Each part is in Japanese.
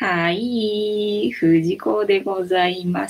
はい、藤子でございます。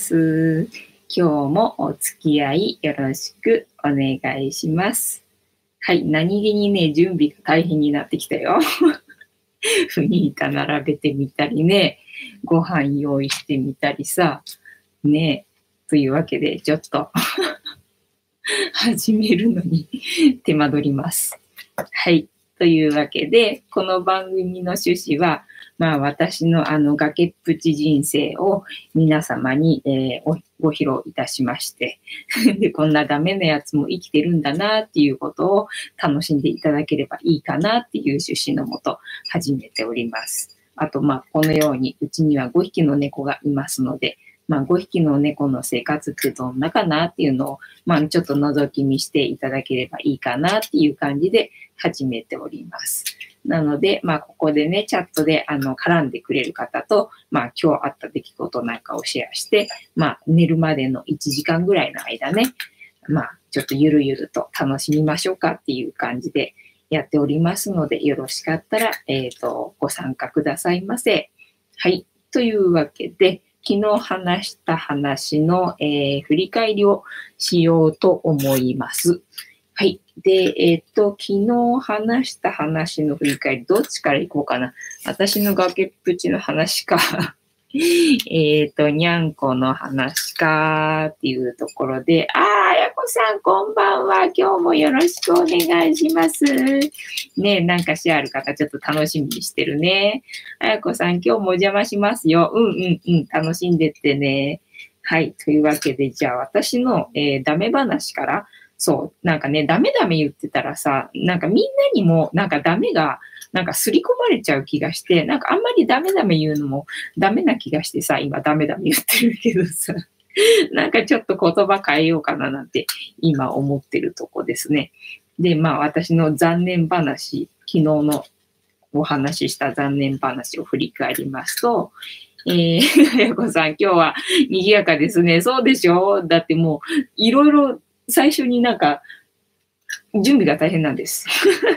今日もお付き合いよろしくお願いします。はい、何気にね、準備が大変になってきたよ。フニータ並べてみたりね、ご飯用意してみたりさ、ね、というわけで、ちょっと始めるのに手間取ります。はい。というわけで、この番組の趣旨は、私の崖っぷち人生を皆様に、ご披露いたしましてで、こんなダメなやつも生きてるんだなっていうことを楽しんでいただければいいかなっていう趣旨のもと始めております。あと、このようにうちには5匹の猫がいますので、5匹の猫の生活ってどんなかなっていうのを、ちょっと覗き見していただければいいかなっていう感じで始めております。なので、ここでね、チャットで絡んでくれる方と、今日あった出来事なんかをシェアして、寝るまでの1時間ぐらいの間ね、ちょっとゆるゆると楽しみましょうかっていう感じでやっておりますので、よろしかったら、ご参加くださいませ。はい。というわけで、昨日話した話の、振り返りをしようと思います。はい。で、昨日話した話の振り返り、どっちからいこうかな。私の崖っぷちの話か、にゃんこの話かっていうところで、あやこさんこんばんは。今日もよろしくお願いします。ねなんかシェアある方ちょっと楽しみにしてるね。あやこさん今日もお邪魔しますよ。楽しんでってね。はい。というわけで、じゃあ私の、ダメ話からそう、なんかね、ダメ言ってたらさ、なんかみんなにもなんかダメが、なんか刷り込まれちゃう気がして、なんかあんまりダメ言うのもダメな気がしてさ、今ダメ言ってるけどさ、なんかちょっと言葉変えようかななんて今思ってるとこですね。で、私の残念話、昨日のお話しした残念話を振り返りますと、ややこさん今日は賑やかですね。そうでしょ？だってもういろいろ最初になんか準備が大変なんです。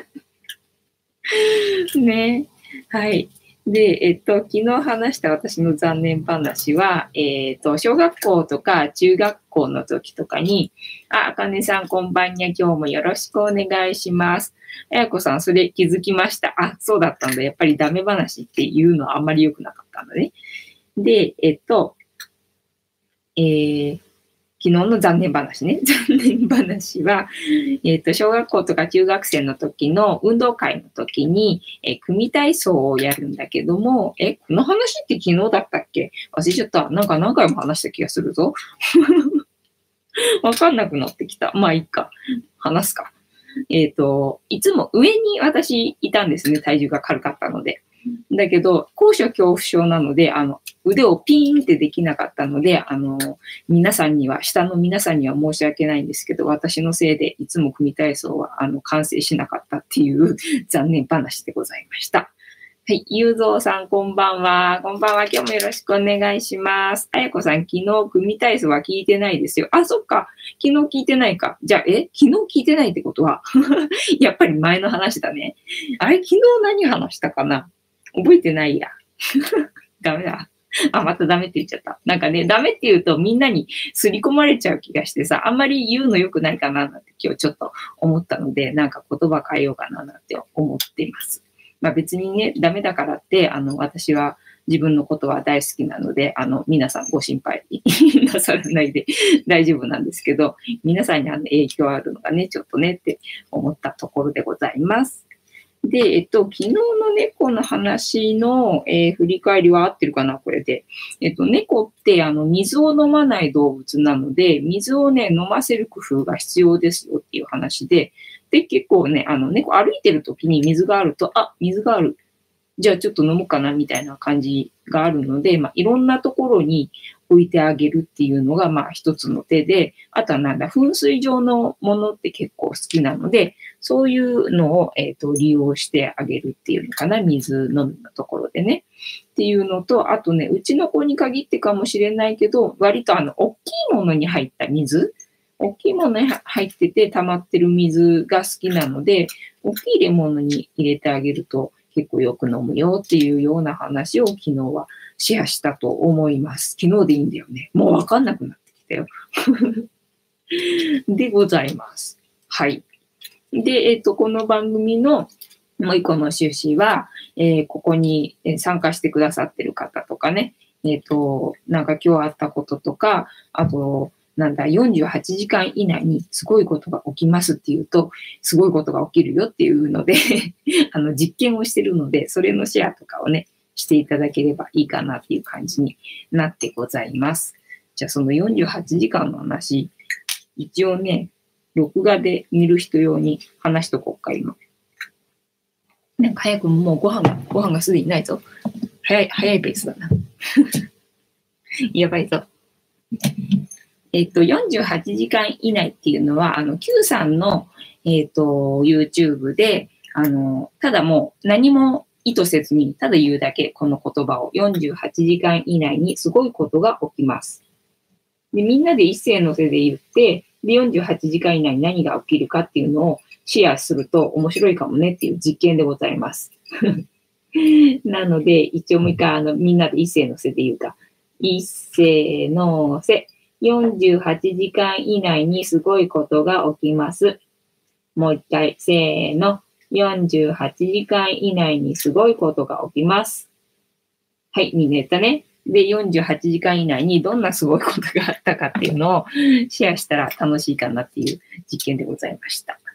ね。はい。で、昨日話した私の残念話は、小学校とか中学校の時とかに、あかねさんこんばんにゃ、今日もよろしくお願いします。あやこさん、それ気づきました。あ、そうだったんだ。やっぱりダメ話っていうのはあんまり良くなかったんだね。で、えー昨日の残念話ね。残念話は、小学校とか中学生の時の運動会の時に、組体操をやるんだけども、この話って昨日だったっけ？忘れちゃった。なんか何回も話した気がするぞ。わかんなくなってきた。まあいいか。話すか。いつも上に私いたんですね。体重が軽かったので。だけど、高所恐怖症なので、腕をピーンってできなかったので、下の皆さんには申し訳ないんですけど、私のせいでいつも組体操は、完成しなかったっていう残念話でございました。はい。ゆうぞうさん、こんばんは。こんばんは。今日もよろしくお願いします。あやこさん、昨日、組体操は聞いてないですよ。あ、そっか。昨日聞いてないか。じゃあ、昨日聞いてないってことはやっぱり前の話だね。あれ、昨日何話したかな？覚えてないや。ダメだ。またダメって言っちゃった。なんかね、ダメって言うとみんなに刷り込まれちゃう気がしてさ、あんまり言うの良くないかななんて今日ちょっと思ったので、なんか言葉変えようかななんて思っています。別にね、ダメだからって、私は自分のことは大好きなので、皆さんご心配なさらないで大丈夫なんですけど、皆さんに影響あるのがね、ちょっとねって思ったところでございます。で、昨日の猫の話の、振り返りは合ってるかなこれで。猫って水を飲まない動物なので、水をね、飲ませる工夫が必要ですよっていう話で、で、結構ね、猫歩いてる時に水があると、水がある。じゃあちょっと飲もうかなみたいな感じがあるので、いろんなところに置いてあげるっていうのが、一つの手で、あとは噴水状のものって結構好きなので、そういうのを、利用してあげるっていうのかな、水飲みのところでね。っていうのと、あとね、うちの子に限ってかもしれないけど、割と大きいものに入った水、大きいものに入ってて溜まってる水が好きなので、大きい入れ物に入れてあげると、 結構よく飲むよっていうような話を昨日はシェアしたと思います。昨日でいいんだよね。もうわかんなくなってきたよ。でございます。はい。で、この番組のもう一個の趣旨は、ここに参加してくださってる方とかね、なんか今日あったこととか、あと、48時間以内にすごいことが起きますっていうと、すごいことが起きるよっていうので実験をしてるので、それのシェアとかをね、していただければいいかなっていう感じになってございます。じゃあその48時間の話、一応ね、録画で見る人用に話しとこうか、今。なんか早くもうご飯がすでにないぞ。早いペースだな。やばいぞ。48時間以内っていうのは、Q さんの、YouTube で、ただもう何も意図せずに、ただ言うだけ、この言葉を48時間以内にすごいことが起きます。で、みんなで一斉のせで言って、で、48時間以内に何が起きるかっていうのをシェアすると面白いかもねっていう実験でございます。なので、一応もう一回、みんなで一斉のせで言うか。一斉のせ。48時間以内にすごいことが起きます。もう一回、せーの。48時間以内にすごいことが起きます。はい、みんな言ったね。で、48時間以内にどんなすごいことがあったかっていうのをシェアしたら楽しいかなっていう実験でございました。はい。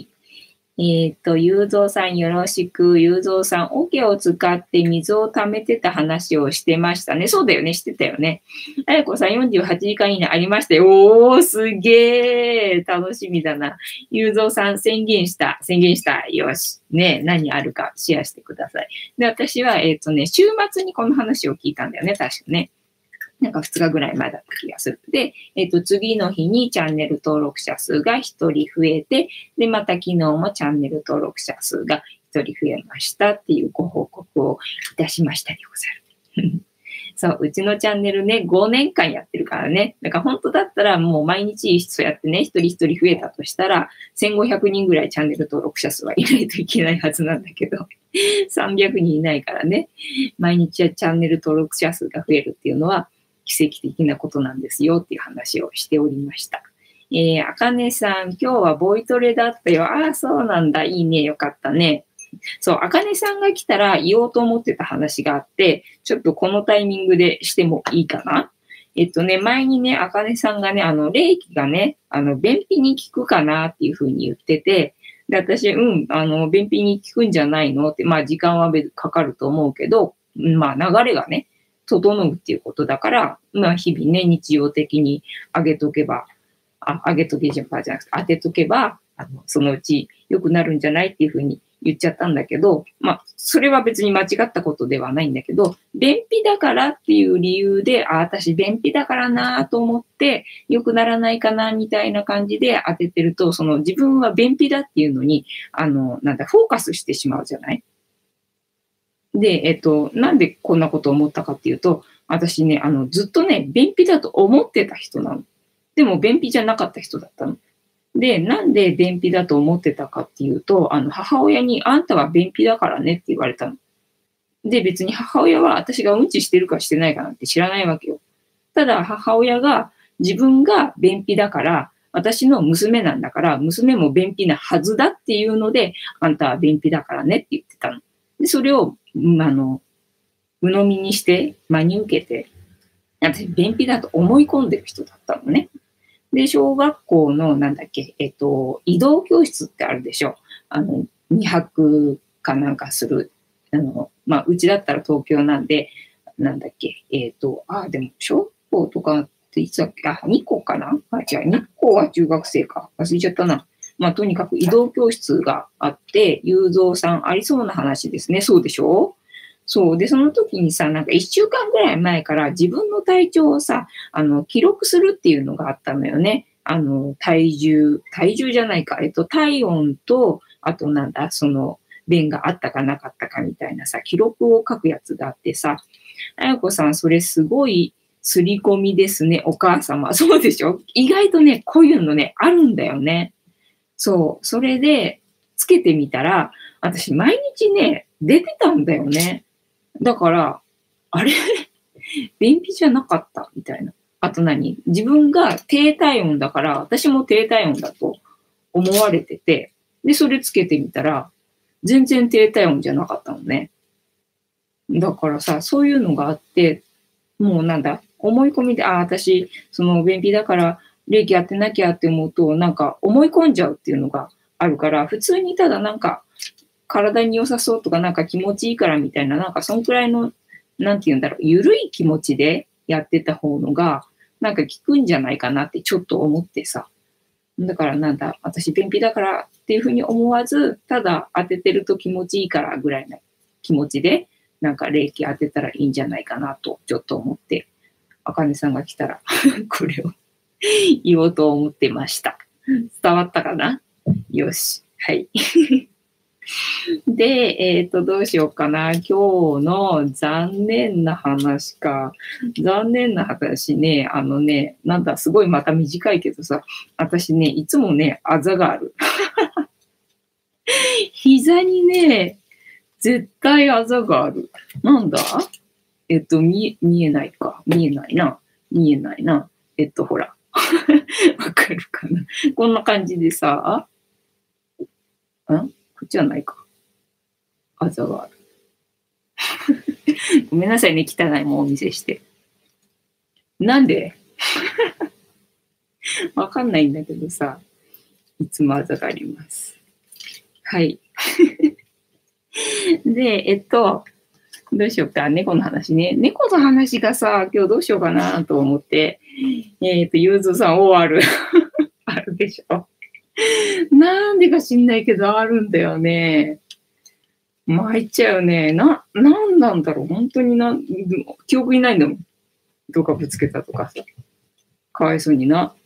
ゆうぞうさんよろしく。ゆうぞうさん、桶を使って水を溜めてた話をしてましたね。そうだよね、してたよね。あやこさん、48時間以内ありましたよ。おー、すげー。楽しみだな。ゆうぞうさん、宣言した。よし。ね、何あるかシェアしてください。で、私は、週末にこの話を聞いたんだよね、確かね。なんか2日ぐらい前だった気がする。で、次の日にチャンネル登録者数が1人増えて、で、また昨日もチャンネル登録者数が1人増えましたっていうご報告をいたしましたでござる。そう、うちのチャンネルね、5年間やってるからね。だから本当だったらもう毎日そうやってね、一人一人増えたとしたら、1500人ぐらいチャンネル登録者数はいないといけないはずなんだけど、300人いないからね、毎日チャンネル登録者数が増えるっていうのは、奇跡的なことなんですよっていう話をしておりました。あかねさん、今日はボイトレだったよ。ああ、そうなんだ。いいね。よかったね。そう、あかねさんが来たら言おうと思ってた話があって、ちょっとこのタイミングでしてもいいかな。前にね、あかねさんがね、霊気がね、便秘に効くかなっていうふうに言ってて、で、私、便秘に効くんじゃないのって、まあ、時間はかかると思うけど、まあ、流れがね、整うっていうことだから、まあ日々ね、日常的に当てとけば、当てとけば、そのうち良くなるんじゃないっていうふうに言っちゃったんだけど、まあ、それは別に間違ったことではないんだけど、便秘だからっていう理由で、私便秘だからなと思って、良くならないかなみたいな感じで当ててると、その自分は便秘だっていうのに、フォーカスしてしまうじゃない？で、なんでこんなことを思ったかっていうと、私ね、ずっとね、便秘だと思ってた人なの。でも、便秘じゃなかった人だったの。で、なんで便秘だと思ってたかっていうと、母親に、あんたは便秘だからねって言われたの。で、別に母親は私がうんちしてるかしてないかなんて知らないわけよ。ただ、母親が自分が便秘だから、私の娘なんだから、娘も便秘なはずだっていうので、あんたは便秘だからねって言ってたの。で、それを鵜呑みにして真に受けて、私、便秘だと思い込んでる人だったのね。で、小学校の、移動教室ってあるでしょ。2泊かなんかする。うちだったら東京なんで、でも、小学校とかっていつだっけ？日光かな？違う、日光は中学生か。忘れちゃったな。まあ、とにかく移動教室があって、雄三さんありそうな話ですね。そうでしょ？そう。で、その時にさ、なんか1週間ぐらい前から自分の体調をさ、記録するっていうのがあったのよね。体重じゃないか。体温と、あと便があったかなかったかみたいなさ、記録を書くやつがあってさ、あやこさん、それすごい刷り込みですね、お母様。そうでしょ？意外とね、こういうのね、あるんだよね。そう。それで、つけてみたら、私、毎日ね、 出てたんだよね。だから、あれ便秘じゃなかったみたいな。あと自分が低体温だから、私も低体温だと思われてて、で、それつけてみたら、全然低体温じゃなかったのね。だからさ、そういうのがあって、もう思い込みで、私、その便秘だから、冷気当てなきゃって思うと、思い込んじゃうっていうのがあるから、普通にただ体に良さそうとか、気持ちいいからみたいな、そんくらいの、なんて言うんだろう、ゆるい気持ちでやってた方のが、効くんじゃないかなってちょっと思ってさ。だから私便秘だからっていうふうに思わず、ただ当ててると気持ちいいからぐらいな気持ちで、冷気当てたらいいんじゃないかなとちょっと思って、あかねさんが来たらこれを言おうと思ってました。伝わったかな？よし。はい。で、どうしようかな。今日の残念な話か。残念な話ね、すごいまた短いけどさ、私ね、いつもね、あざがある。膝にね、絶対あざがある。なんだ？見えないか。見えないな。見えないな。ほら。わかるかな。こんな感じでさ、こっちじゃないか。あざがある。ごめんなさいね、汚いもんお見せして。なんでわかんないんだけどさ、いつもあざがあります。はい。で、どうしようか。猫の話ね。猫の話がさ、今日どうしようかなと思って。ゆうぞうさん、ある。あるでしょ。なんでか知んないけど、あるんだよね。参っちゃうね。なんなんだろう。本当に記憶にないんだもん。どっかぶつけたとかさ。かわいそうにな。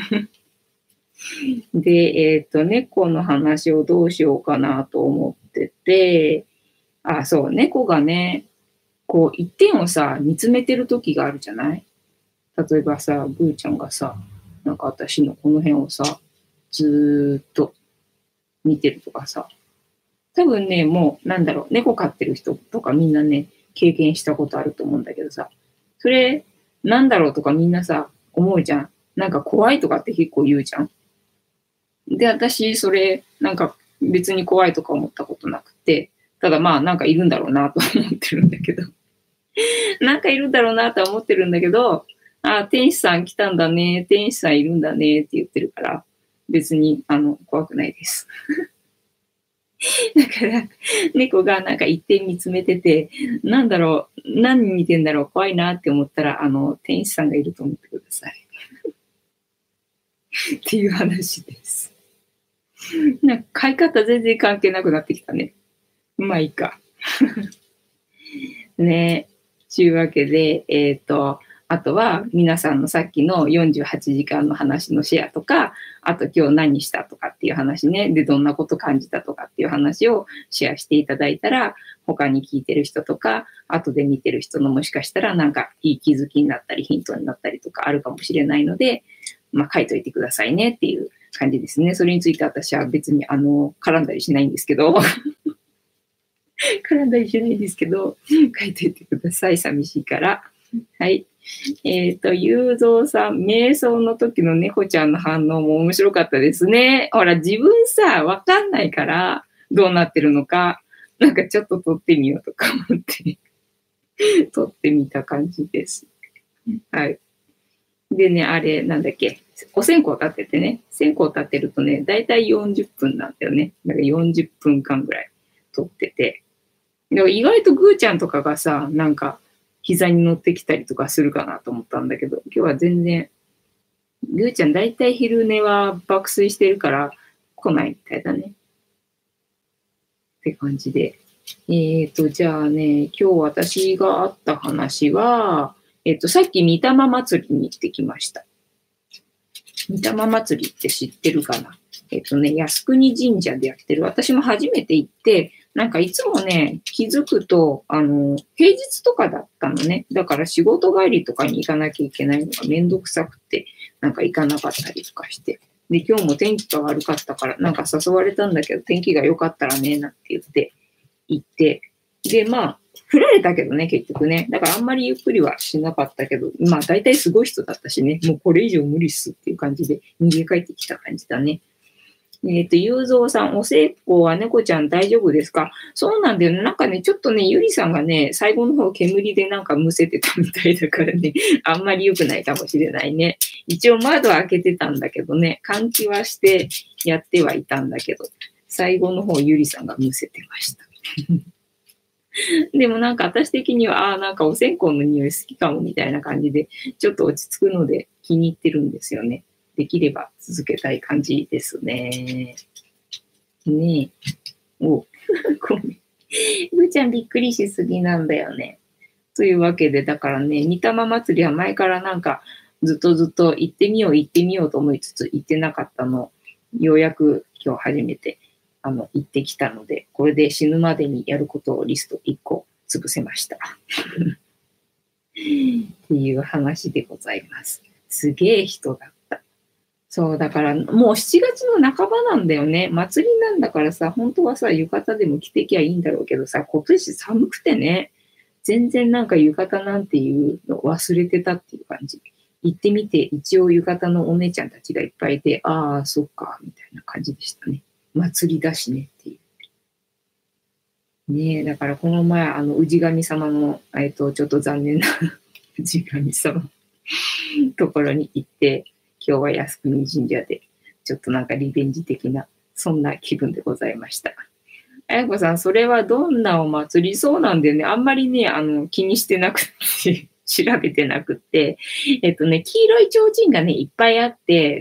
で、猫の話をどうしようかなと思ってて、そう、猫がね、こう、一点をさ、見つめてる時があるじゃない？例えばさ、ブーちゃんがさ、私のこの辺をさ、ずーっと見てるとかさ、多分ね、もう、猫飼ってる人とかみんなね、経験したことあると思うんだけどさ、それ、なんだろうとかみんなさ、思うじゃん。怖いとかって結構言うじゃん。で、私、それ、別に怖いとか思ったことなくて、ただいるんだろうなと思ってるんだけど、いるんだろうなと思ってるんだけど、天使さん来たんだね、天使さんいるんだねって言ってるから、別に、怖くないです。だから、猫が一点見つめてて、何見てんだろう、怖いなって思ったら、天使さんがいると思ってください。っていう話です。飼い方全然関係なくなってきたね。まあいいか。ね。というわけで、あとは皆さんのさっきの48時間の話のシェアとか、あと今日何したとかっていう話ね、で、どんなこと感じたとかっていう話をシェアしていただいたら、他に聞いてる人とか、後で見てる人のもしかしたらいい気づきになったりヒントになったりとかあるかもしれないので、書いといてくださいねっていう感じですね。それについて私は別に絡んだりしないんですけど、絡んだりしないんですけど、書いといてください。寂しいから。はい。ゆうぞうさん、瞑想の時の猫ちゃんの反応も面白かったですね。ほら、自分さ、わかんないから、どうなってるのか、ちょっと撮ってみようとか思って、撮ってみた感じです。はい。でね、あれ、お線香立っててね、線香立てるとね、だいたい40分なんだよね。40分間ぐらい撮ってて。意外とぐーちゃんとかがさ、膝に乗ってきたりとかするかなと思ったんだけど、今日は全然、ぐーちゃんだいたい昼寝は爆睡してるから来ないみたいだね。って感じで。じゃあね、今日私があった話は、さっき御霊祭りに行ってきました。御霊祭りって知ってるかな？靖国神社でやってる。私も初めて行って、いつもね、気づくと、平日とかだったのね。だから仕事帰りとかに行かなきゃいけないのがめんどくさくて、行かなかったりとかして。で、今日も天気が悪かったから、誘われたんだけど、天気が良かったらね、なんて言って行って、で、まあ、振られたけどね、結局ね。だからあんまりゆっくりはしなかったけど、まあ大体すごい人だったしね、もうこれ以上無理っすっていう感じで逃げ帰ってきた感じだね。ゆうぞうさん、おせっこは猫ちゃん大丈夫ですか？そうなんだよね。なんかね、ちょっとね、ゆりさんがね、最後の方煙でなんかむせてたみたいだからね、あんまり良くないかもしれないね。一応窓開けてたんだけどね、換気はしてやってはいたんだけど、最後の方ゆりさんがむせてました。でもなんか私的には、なんかお線香の匂い好きかもみたいな感じで、ちょっと落ち着くので気に入ってるんですよね。できれば続けたい感じですね。ねえ。お、ごめん。ぐーちゃんびっくりしすぎなんだよね。というわけで、だからね、煮玉祭りは前からなんかずっと行ってみようと思いつつ行ってなかったの、ようやく今日初めて行ってきたので、これで死ぬまでにやることをリスト1個潰せました。っていう話でございます。すげえ人だった。そう、だからもう7月の半ばなんだよね。祭りなんだからさ、本当はさ、浴衣でも着てきゃいいんだろうけどさ、今年寒くてね、全然なんか浴衣なんていうの忘れてたっていう感じ。行ってみて、一応浴衣のお姉ちゃんたちがいっぱいいて、ああ、そっか、みたいな感じでしたね。祭りだしねっていう。ねえ、だからこの前、氏神様の、ちょっと残念な氏神様のところに行って、今日は靖国神社で、ちょっとなんかリベンジ的な、そんな気分でございました。あやこさん、それはどんなお祭り？そうなんだよね。あんまりね、気にしてなくて、調べてなくって、黄色い提灯がね、いっぱいあって、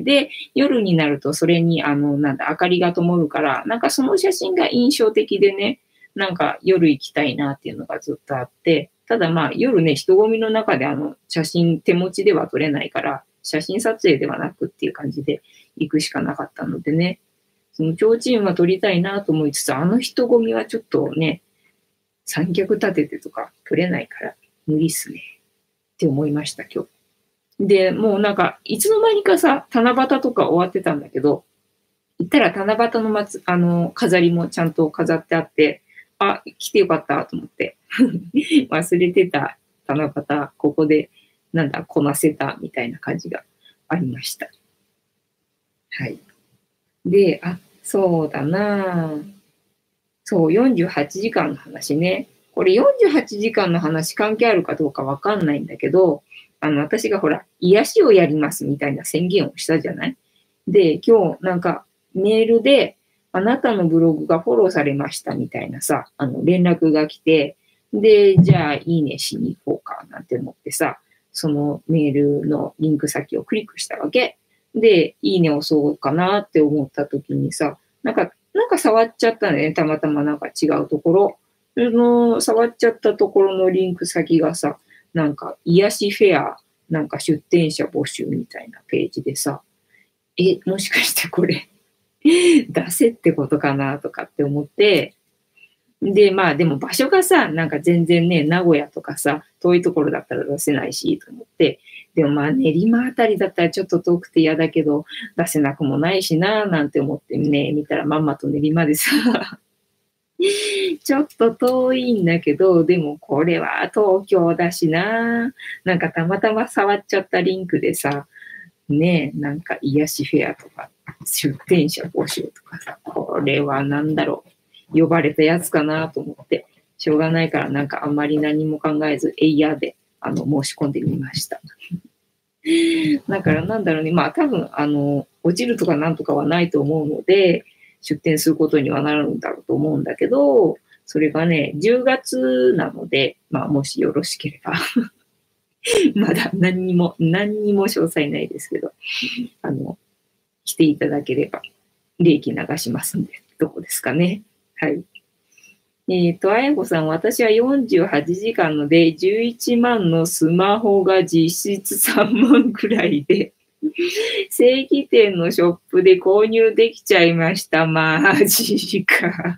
で、夜になるとそれに、なんだ、明かりが灯るから、なんかその写真が印象的でね、なんか夜行きたいなっていうのがずっとあって、ただまあ夜ね、人混みの中で写真手持ちでは撮れないから、写真撮影ではなくっていう感じで行くしかなかったのでね、その提灯は撮りたいなと思いつつ、人混みはちょっとね、三脚立ててとか撮れないから無理っすねって思いました、今日。で、もうなんか、いつの間にかさ、七夕とか終わってたんだけど、行ったら七夕の飾りもちゃんと飾ってあって、来てよかったと思って。忘れてた七夕、ここで、なんだ、こなせたみたいな感じがありました。はい。で、そうだなそう、48時間の話ね。これ48時間の話関係あるかどうかわかんないんだけど、私がほら、癒しをやりますみたいな宣言をしたじゃない？で、今日なんかメールで、あなたのブログがフォローされましたみたいなさ、連絡が来て、で、じゃあいいねしに行こうかなんて思ってさ、そのメールのリンク先をクリックしたわけ。で、いいね押そうかなって思った時にさ、なんか触っちゃったね。たまたまなんか違うところ。触っちゃったところのリンク先がさ、なんか癒しフェア、なんか出店者募集みたいなページでさ、もしかしてこれ出せってことかなとかって思って、で、まあでも場所がさ、なんか全然ね、名古屋とかさ、遠いところだったら出せないし、と思って、でもまあ練馬あたりだったらちょっと遠くて嫌だけど、出せなくもないしな、なんて思ってね、見たらまんまと練馬でさ、ちょっと遠いんだけど、でもこれは東京だしな、なんかたまたま触っちゃったリンクでさ、ね、なんか癒しフェアとか、出店者募集とかさ、これはなんだろう、呼ばれたやつかなと思って、しょうがないからなんかあんまり何も考えず、エイヤーで申し込んでみました。だからなんだろうね、まあ多分落ちるとかなんとかはないと思うので、出店することにはなるんだろうと思うんだけど、それがね、10月なので、まあもしよろしければまだ何にも詳細ないですけど、来ていただければ、利益流しますんで、どこですかね。はい。あやこさん、私は48時間ので、11万のスマホが実質3万くらいで、正規店のショップで購入できちゃいました。マジか。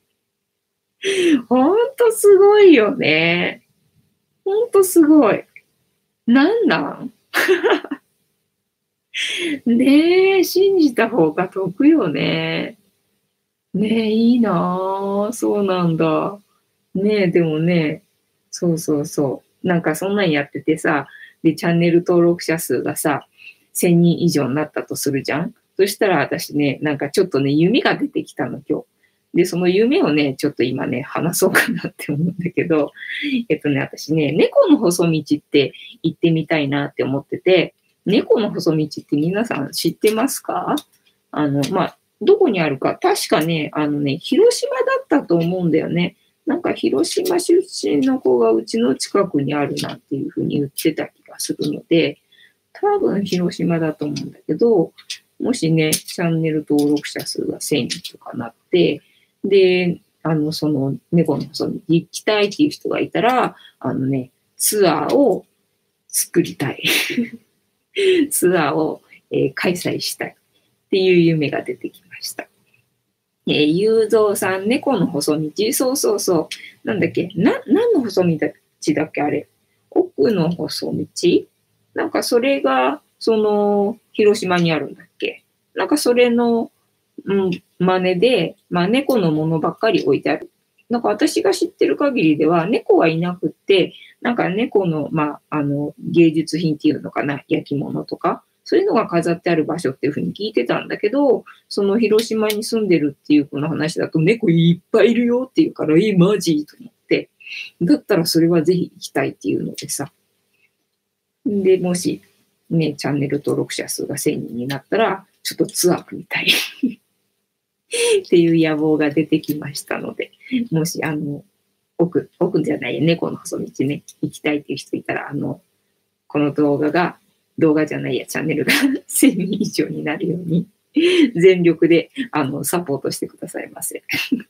ほんとすごいよね。ほんとすごい。なんなんねえ、信じた方が得よね。 ねえ、いいなあ。そうなんだ。ねえ、でもね、そうそうそう。なんかそんなんやっててさ、で、チャンネル登録者数がさ、1000人以上になったとするじゃん。そしたら私ね、なんかちょっとね、夢が出てきたの、今日。で、その夢をね、ちょっと今ね、話そうかなって思うんだけど、私ね、猫の細道って行ってみたいなって思ってて、猫の細道って皆さん知ってますか？まあ、どこにあるか、確かね、広島だったと思うんだよね。なんか広島出身の子がうちの近くにあるなっていうふうに言ってた気がするので、多分広島だと思うんだけど、もしね、チャンネル登録者数が1000人とかなって、で、その猫の細道行きたいっていう人がいたら、ツアーを作りたい。ツアーを、開催したいっていう夢が出てきました。ゆうぞうさん、猫の細道、そうそうそう。なんだっけ何の細道だっけあれ。奥の細道なんかそれが、広島にあるんだっけ？なんかそれの、真似で、まあ猫のものばっかり置いてある。なんか私が知ってる限りでは、猫はいなくって、なんか猫の、芸術品っていうのかな、焼き物とか、そういうのが飾ってある場所っていうふうに聞いてたんだけど、その広島に住んでるっていう子の話だと、猫いっぱいいるよっていうから、マジと思って、だったらそれはぜひ行きたいっていうのでさ。で、もし、ね、チャンネル登録者数が1000人になったら、ちょっとツアーみたいっていう野望が出てきましたので、もし、奥じゃないや、猫の細道ね、行きたいっていう人いたら、この動画じゃないや、チャンネルが1000人以上になるように、全力で、サポートしてくださいませ。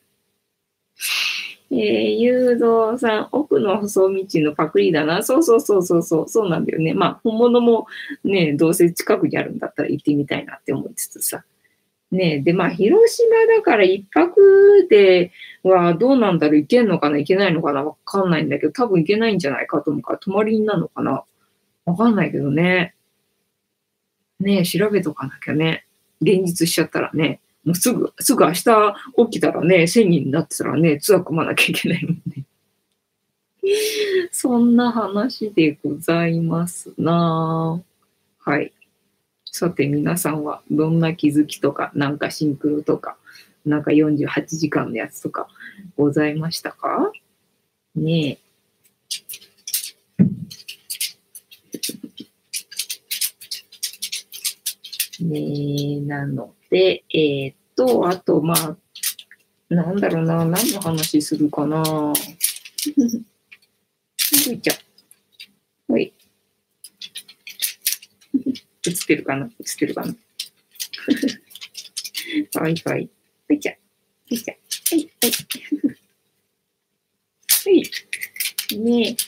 ゆうぞうさん、奥の細道のパクリだな。そうそうそうそうそう、そうなんだよね。まあ、本物もね、どうせ近くにあるんだったら行ってみたいなって思いつつさ。ねで、まあ、広島だから一泊ではどうなんだろう、行けんのかな、行けないのかな、わかんないんだけど、多分行けないんじゃないかと思うから、泊まりになるのかな、わかんないけどね。ね調べとかなきゃね。現実しちゃったらね、もうすぐ明日起きたらね、1000人になってたらね、ツアー組まなきゃいけないもんね。そんな話でございますなはい。さて皆さんはどんな気づきとか、なんかシンクロとか、なんか48時間のやつとかございましたかねえ。ねえ、なので、あと、まあ、なんだろうな、何の話するかな。よいちゃん。はい。映ってるかな映ってるかなはいはい。はいちゃん。はいちゃん。はいはい。はい。ねえ。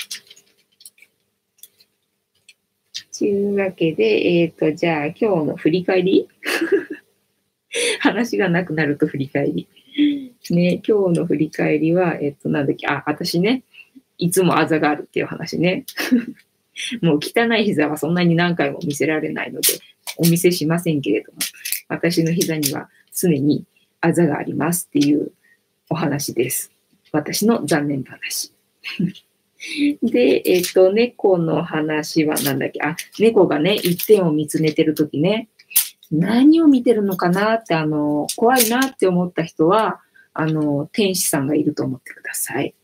というわけで、じゃあ今日の振り返り話がなくなると振り返り。ね、今日の振り返りは、なんだっけ、私ね、いつもあざがあるっていう話ね。もう汚い膝はそんなに何回も見せられないので、お見せしませんけれども、私の膝には常にあざがありますっていうお話です。私の残念話。で、猫の話はなんだっけ、猫がね、一点を見つめてるときね、何を見てるのかなって、怖いなって思った人は、天使さんがいると思ってください。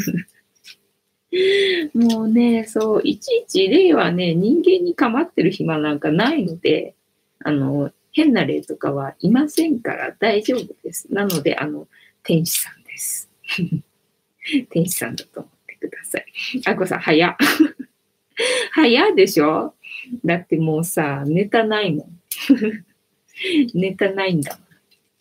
もうね、そう、いちいち霊はね、人間に構ってる暇なんかないので、変な霊とかはいませんから大丈夫です。なので、天使さんです。天使さんだと思ってください。あこさん、早っ。早でしょだってもうさ、ネタないもん。ネタないんだもん。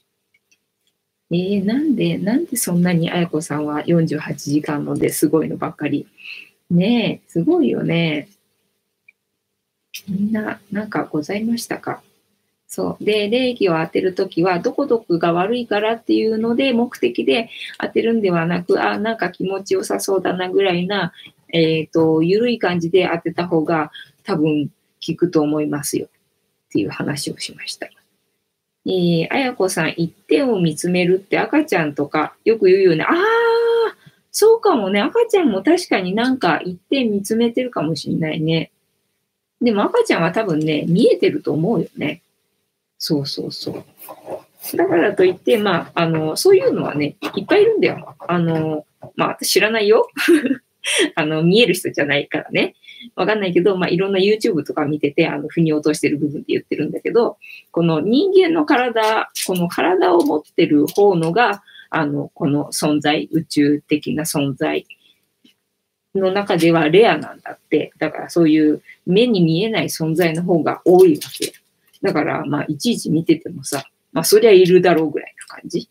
なんでそんなにあやこさんは48時間のですごいのばっかり。ねえ、すごいよね。みんな、なんかございましたか？そう。で、礼儀を当てるときは、どこどこが悪いからっていうので、目的で当てるんではなく、なんか気持ちよさそうだなぐらいな、ゆるい感じで当てた方が多分効くと思いますよっていう話をしました。 あやこさん、一点を見つめるって赤ちゃんとかよく言うよね。ああ、そうかもね。赤ちゃんも確かになんか一点見つめてるかもしれないね。でも赤ちゃんは多分ね、見えてると思うよね。そうそうそう。だからといって、そういうのはね、いっぱいいるんだよ。私知らないよ。見える人じゃないからね。わかんないけど、いろんな YouTube とか見てて、腑に落としてる部分って言ってるんだけど、この人間の体、この体を持ってる方のが、この存在、宇宙的な存在の中ではレアなんだって。だからそういう目に見えない存在の方が多いわけ。だから、いちいち見ててもさ、そりゃいるだろうぐらいな感じ。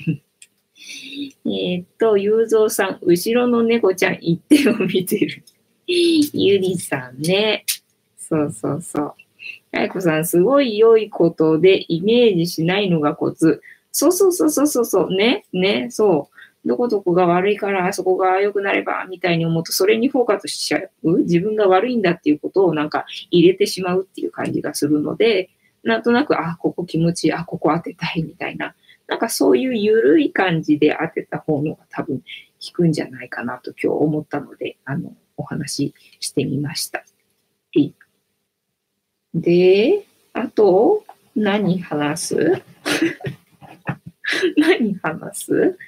ゆうぞうさん、後ろの猫ちゃん一点を見てる。ゆりさんね。そうそうそう。あやこさん、すごい良いことでイメージしないのがコツ。そうそうそうそうそうそう。ね、ね、そう。どこどこが悪いからあそこが良くなればみたいに思うと、それにフォーカスしちゃう。自分が悪いんだっていうことをなんか入れてしまうっていう感じがするので、なんとなく、ここ気持ちいい、ここ当てたいみたいな。なんかそういう緩い感じで当てた方のが多分効くんじゃないかなと今日思ったので、お話ししてみました。で、あと、何話す何話す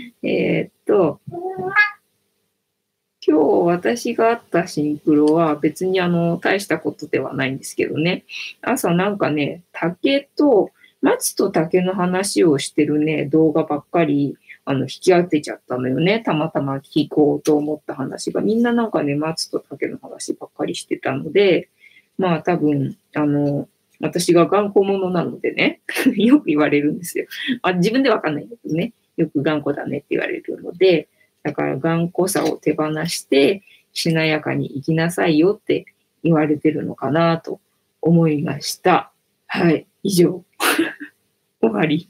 今日私があったシンクロは別に大したことではないんですけどね。朝なんかね、松と竹の話をしてるね、動画ばっかり引き当てちゃったのよね。たまたま聞こうと思った話が。みんななんかね、松と竹の話ばっかりしてたので、多分、私が頑固者なのでね、よく言われるんですよ。自分でわかんないんだけどね、よく頑固だねって言われるので、だから頑固さを手放して、しなやかに生きなさいよって言われてるのかなと思いました。はい、以上。終わり。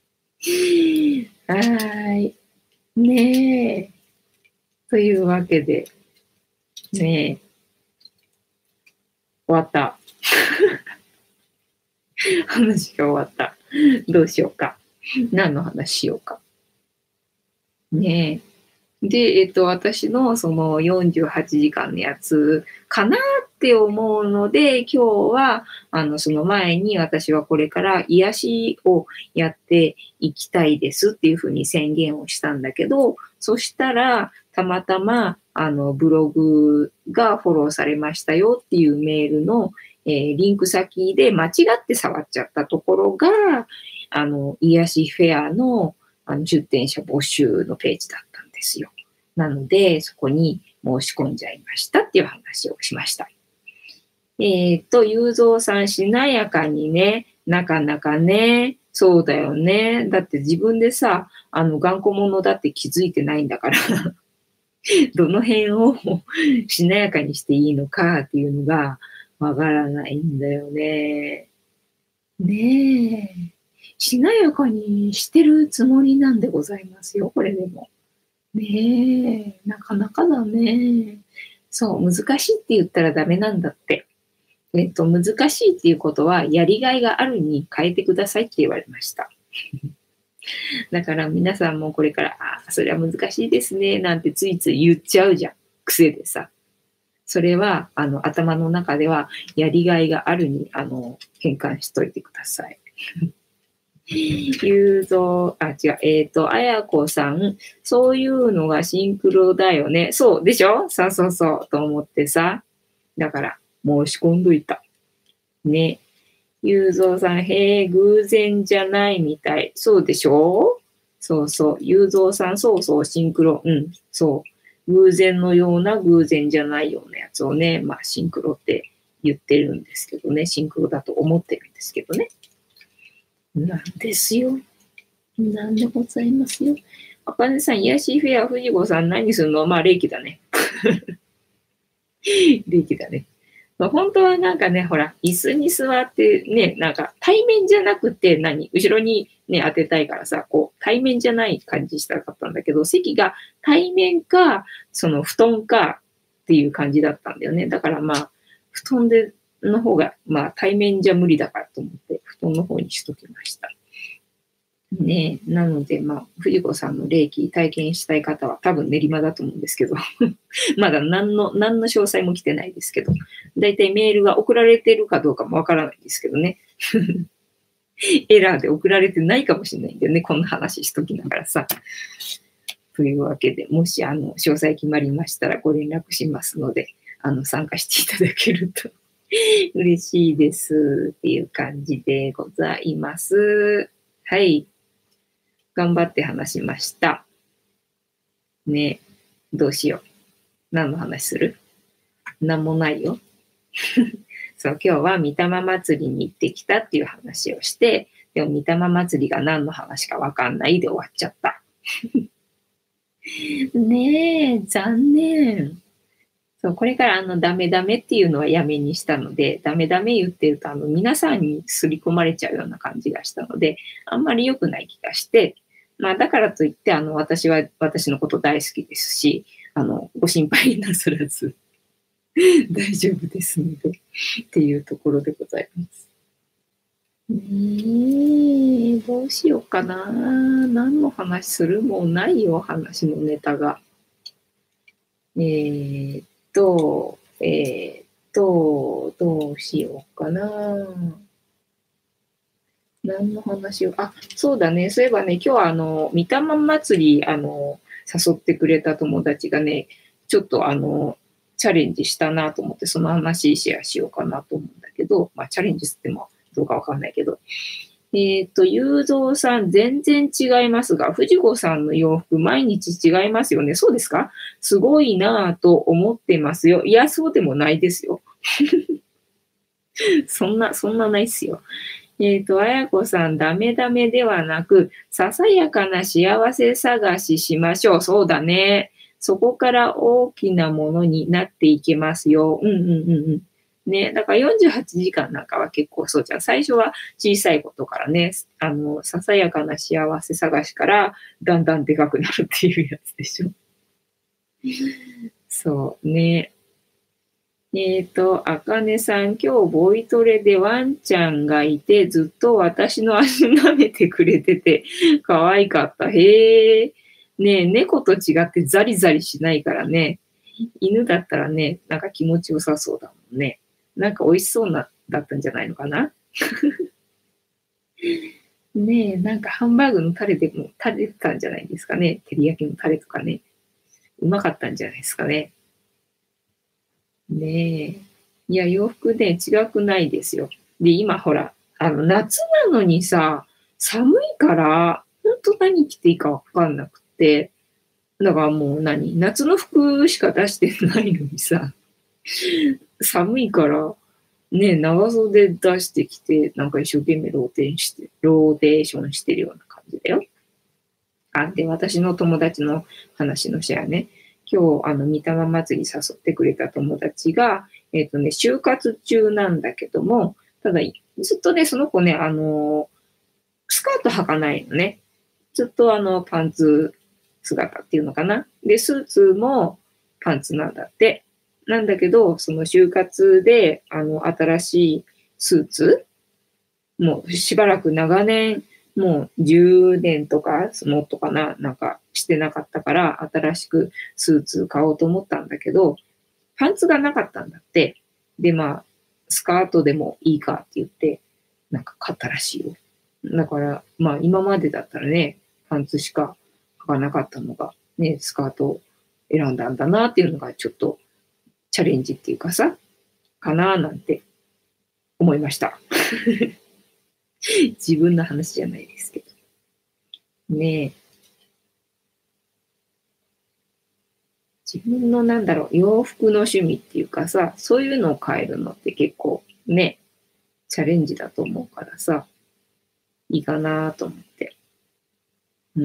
はい。ねえ。というわけで、ねえ、終わった。話が終わった。どうしようか。何の話しようか。ねえ。で、私のその48時間のやつかなって思うので、今日は、その前に私はこれから癒しをやっていきたいですっていうふうに宣言をしたんだけど、そしたら、たまたま、ブログがフォローされましたよっていうメールの、リンク先で間違って触っちゃったところが、癒しフェアの出店者募集のページだったんですよ。なので、そこに申し込んじゃいましたっていう話をしました。ゆうぞうさん、しなやかにね、なかなかね、そうだよね。だって自分でさ、頑固者だって気づいてないんだからどの辺をしなやかにしていいのかっていうのがわからないんだよね。ねえ。しなやかにしてるつもりなんでございますよ、これでも。ねえ、なかなかだね。そう、難しいって言ったらダメなんだって。難しいっていうことは、やりがいがあるに変えてくださいって言われました。だから皆さんもこれから、それは難しいですね、なんてついつい言っちゃうじゃん。癖でさ。それは、頭の中では、やりがいがあるに、変換しといてください。ゆうぞう、違う、あやこさん、そういうのがシンクロだよね。そうでしょ、そうそうそう、と思ってさ。だから、申し込んどいた。ね。ゆうぞうさん、へえ、偶然じゃないみたい。そうでしょ、そうそう。ゆうぞうさん、そうそう、シンクロ。うん、そう。偶然のような偶然じゃないようなやつをね、シンクロって言ってるんですけどね。シンクロだと思ってるんですけどね。なんですよ。なんでございますよ。あかねさん、癒しフェア、藤子さん何するの？霊気だね。霊気だね。本当はなんかね、ほら、椅子に座ってね、なんか対面じゃなくて後ろにね、当てたいからさ、こう、対面じゃない感じしたかったんだけど、席が対面か、その布団かっていう感じだったんだよね。だから布団での方が、まあ対面じゃ無理だからと思って、布団の方にしときました。ねえ、なので、まあ、藤子さんの霊気体験したい方は多分練馬だと思うんですけど、まだ何の詳細も来てないですけど、だいたいメールが送られてるかどうかもわからないですけどね。エラーで送られてないかもしれないんだよね、こんな話しときながらさ。というわけで、もし詳細決まりましたらご連絡しますので、参加していただけると嬉しいですっていう感じでございます。はい。頑張って話しました。ね、どうしよう。何の話する？なんもないよ。そう、今日は御霊祭りに行ってきたっていう話をして、でも御霊祭りが何の話かわかんないで終わっちゃった。ねえ、残念。そう、これからダメダメっていうのはやめにしたので、ダメダメ言ってると皆さんに刷り込まれちゃうような感じがしたので、あんまり良くない気がして、まあだからといって私は私のこと大好きですし、ご心配なさらず大丈夫ですので、っていうところでございます。ねえ、どうしようかな。何の話する？もうないよ、話のネタが。どうしようかな。何の話を、そうだね。そういえばね、今日は御霊祭り、誘ってくれた友達がね、ちょっとチャレンジしたなと思って、その話シェアしようかなと思うんだけど、まあ、チャレンジってもどうかわかんないけど、ゆうぞうさん、全然違いますが、藤子さんの洋服、毎日違いますよね。そうですか？すごいなぁと思ってますよ。いや、そうでもないですよ。そんなないっすよ。あやこさん、ダメダメではなく、ささやかな幸せ探ししましょう。そうだね。そこから大きなものになっていけますよ。うんうんうんうん。ね、だから48時間なんかは結構そうじゃん。最初は小さいことからね、ささやかな幸せ探しからだんだんでかくなるっていうやつでしょ。そうね。あかねさん、今日ボイトレでワンちゃんがいて、ずっと私の足舐めてくれてて、可愛かった。へえ。ねえ、猫と違ってザリザリしないからね。犬だったらね、なんか気持ちよさそうだもんね。なんか美味しそうだったんじゃないのかな。ねえ、なんかハンバーグのタレでも垂れてたんじゃないですかね。照り焼きのタレとかね。うまかったんじゃないですかね。ねえ。いや、洋服ね、違くないですよ。で、今ほら、夏なのにさ、寒いから、ほんと何着ていいかわかんなくて、だからもう夏の服しか出してないのにさ、寒いから、ね、長袖出してきて、なんか一生懸命ローテーションしてるような感じだよ。で、私の友達の話のシェアね。今日、御霊祭り誘ってくれた友達が、就活中なんだけども、ただ、ずっとね、その子ね、スカート履かないのね。ずっとパンツ姿っていうのかな。で、スーツもパンツなんだって。なんだけど、その就活で、新しいスーツもうしばらく長年、もう10年とか、もっとかな、なんかしてなかったから、新しくスーツ買おうと思ったんだけど、パンツがなかったんだって。で、まあ、スカートでもいいかって言って、なんか買ったらしいよ。だから、まあ今までだったらね、パンツしか履かなかったのが、ね、スカートを選んだんだなっていうのがちょっとチャレンジっていうかさ、かなーなんて思いました。自分の話じゃないですけど。ねえ。自分の洋服の趣味っていうかさ、そういうのを変えるのって結構ね、チャレンジだと思うからさ、いいかなと思って。うん。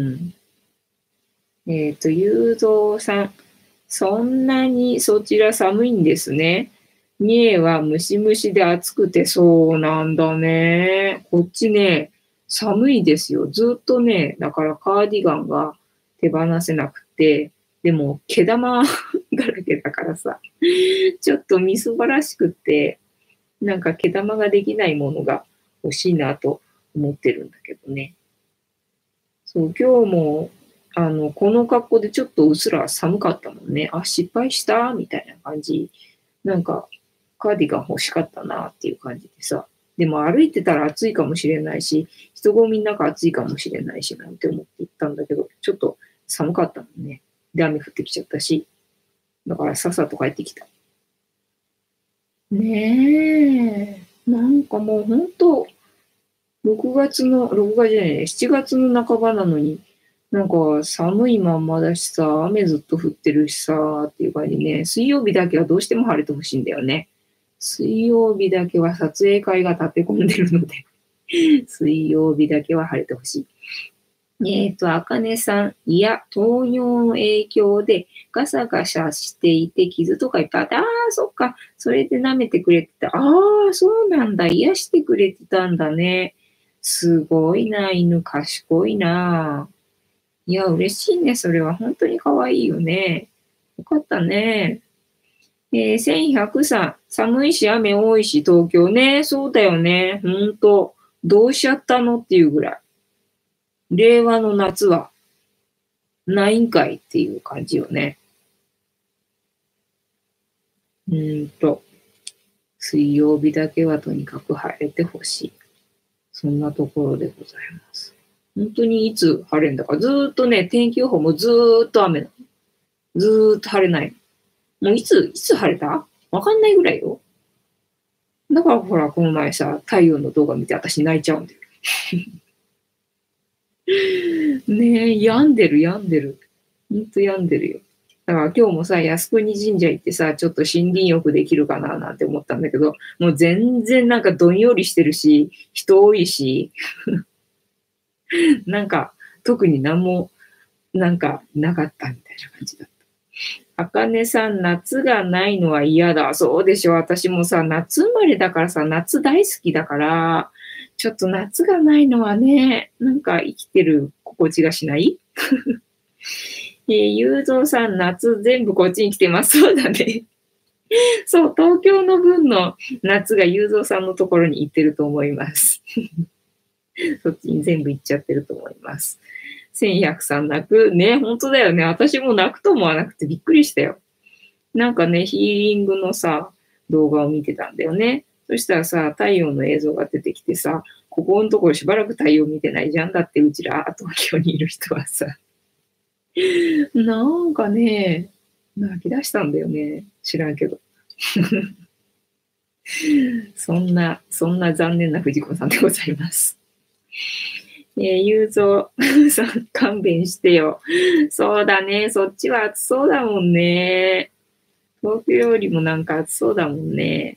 ゆうぞうさん、そんなにそちら寒いんですね。三重はムシムシで暑くてそうなんだね。こっちね、寒いですよ。ずっとね、だからカーディガンが手放せなくて、でも毛玉だらけだからさ、ちょっとみすぼらしくて、 なんか毛玉ができないものが欲しいなと思ってるんだけどね。そう、今日も、この格好でちょっとうっすら寒かったもんね。あ、失敗したみたいな感じ。なんか、カーディガン欲しかったなっていう感じでさ。でも歩いてたら暑いかもしれないし、人混みの中暑いかもしれないしなんて思って行ったんだけど、ちょっと寒かったもんね。で、雨降ってきちゃったし。だからさっさと帰ってきた。ねえ。なんかもうほんと、6月じゃない、7月の半ばなのに、なんか寒いまんまだしさ、雨ずっと降ってるしさ、っていう感じね。水曜日だけはどうしても晴れてほしいんだよね。水曜日だけは撮影会が立て込んでるので、水曜日だけは晴れてほしい。あかねさん、いや、糖尿の影響でガサガサしていて傷とかいっぱいあって、ああ、そっか、それで舐めてくれてた。ああ、そうなんだ、癒してくれてたんだね。すごいな、犬賢いな。いや、嬉しいね、それは。本当に可愛いよね。よかったね。1100さん、寒いし雨多いし東京ね。そうだよね。ほんと。どうしちゃったのっていうぐらい。令和の夏はないんかいっていう感じよね。水曜日だけはとにかく晴れてほしい。そんなところでございます。本当にいつ晴れんだか、ずーっとね、天気予報もずーっと雨なの。ずーっと晴れない。もういつ晴れたわかんないぐらいよ。だからほら、この前さ、太陽の動画見て私泣いちゃうんだよ。ねえ、病んでる、病んでる。ほんと病んでるよ。だから今日もさ、靖国神社行ってさ、ちょっと森林浴できるかななんて思ったんだけど、もう全然なんかどんよりしてるし、人多いし、なんか特になんもなんかなかったみたいな感じだった。あかねさん、夏がないのは嫌だ。そうでしょ。私もさ、夏生まれだからさ、夏大好きだから、ちょっと夏がないのはね、なんか生きてる心地がしない。ゆうぞうさん、夏全部こっちに来てます。そうだね。そう、東京の分の夏がゆうぞうさんのところに行ってると思います。そっちに全部行っちゃってると思います。1100さん泣く。ね、本当だよね。私も泣くと思わなくてびっくりしたよ。なんかね、ヒーリングのさ、動画を見てたんだよね。そしたらさ、太陽の映像が出てきてさ、ここのところしばらく太陽見てないじゃん。だってうちら東京にいる人はさ。なんかね、泣き出したんだよね。知らんけど。そんな残念な藤子さんでございます。ゆうぞうさん、勘弁してよ。そうだね。そっちは暑そうだもんね。東京よりもなんか暑そうだもんね。